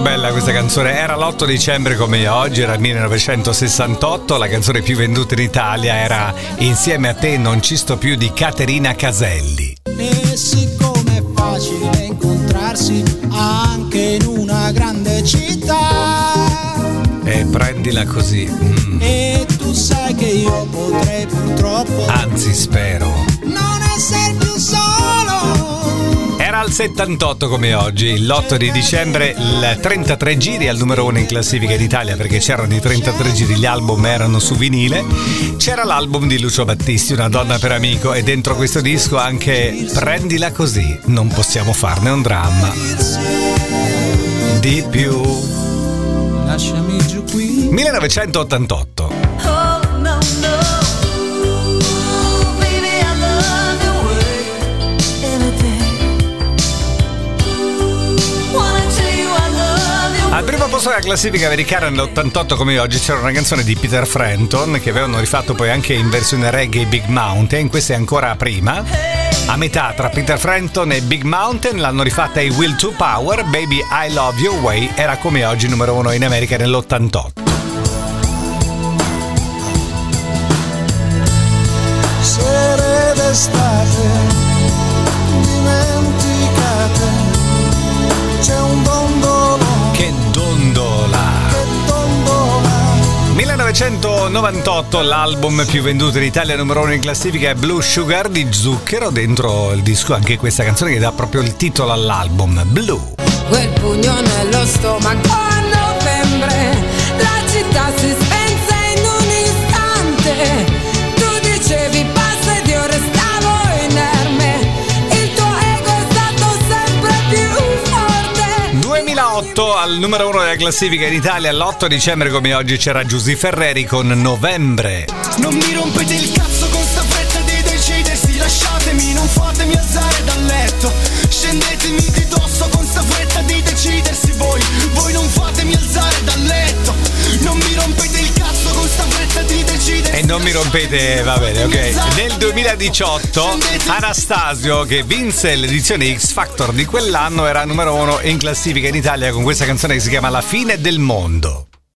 bella questa canzone. Era l'8 dicembre come oggi, era il 1968. La canzone più venduta in Italia era Insieme a te non ci sto più di Caterina Caselli. E siccome è facile incontrarsi anche in una grande città, E prendila così. e tu sai che io potrei purtroppo Anzi, spero. non essere più solo. Era al 78 come oggi, l'8 di dicembre, il 33 giri al numero 1 in classifica in Italia, perché c'erano i 33 giri, gli album erano su vinile. C'era l'album di Lucio Battisti, Una donna per amico, e dentro questo disco anche Prendila così, non possiamo farne un dramma. Di più. Lasciami giù qui. 1988. Al primo posto della classifica americana nell'88 come oggi c'era una canzone di Peter Frampton che avevano rifatto poi anche in versione reggae, Big Mountain. Questa è ancora prima, a metà tra Peter Frampton e Big Mountain. L'hanno rifatta i Will to Power, Baby I Love Your Way. Era come oggi numero 1 in America nell'88. Sere d'estate dimenticate, c'è un dondolo Che dondola! che dondola. 1998, l'album più venduto in Italia numero 1 in classifica è Blue Sugar di Zucchero. Dentro il disco anche questa canzone che dà proprio il titolo all'album, Blue. Quel pugno nello stomaco a novembre, la città si spense in un istante. Tu dicevi passa ed io restavo inerme, il tuo ego è stato sempre più forte. 2008, al numero 1 della classifica in Italia, l'8 dicembre come oggi c'era Giusy Ferreri con Novembre. Non mi rompete il cazzo con sta fretta di decidersi, lasciatemi, non fatemi alzare dal letto, scendetemi di dosso con sta fretta di decidersi, voi non fatemi alzare dal letto, non mi rompete il cazzo con sta fretta di decidersi. E non mi rompete, va bene, ok. Nel 2018 Anastasio, che vinse l'edizione X Factor di quell'anno, era numero 1 in classifica in Italia con questa canzone che si chiama La fine del mondo.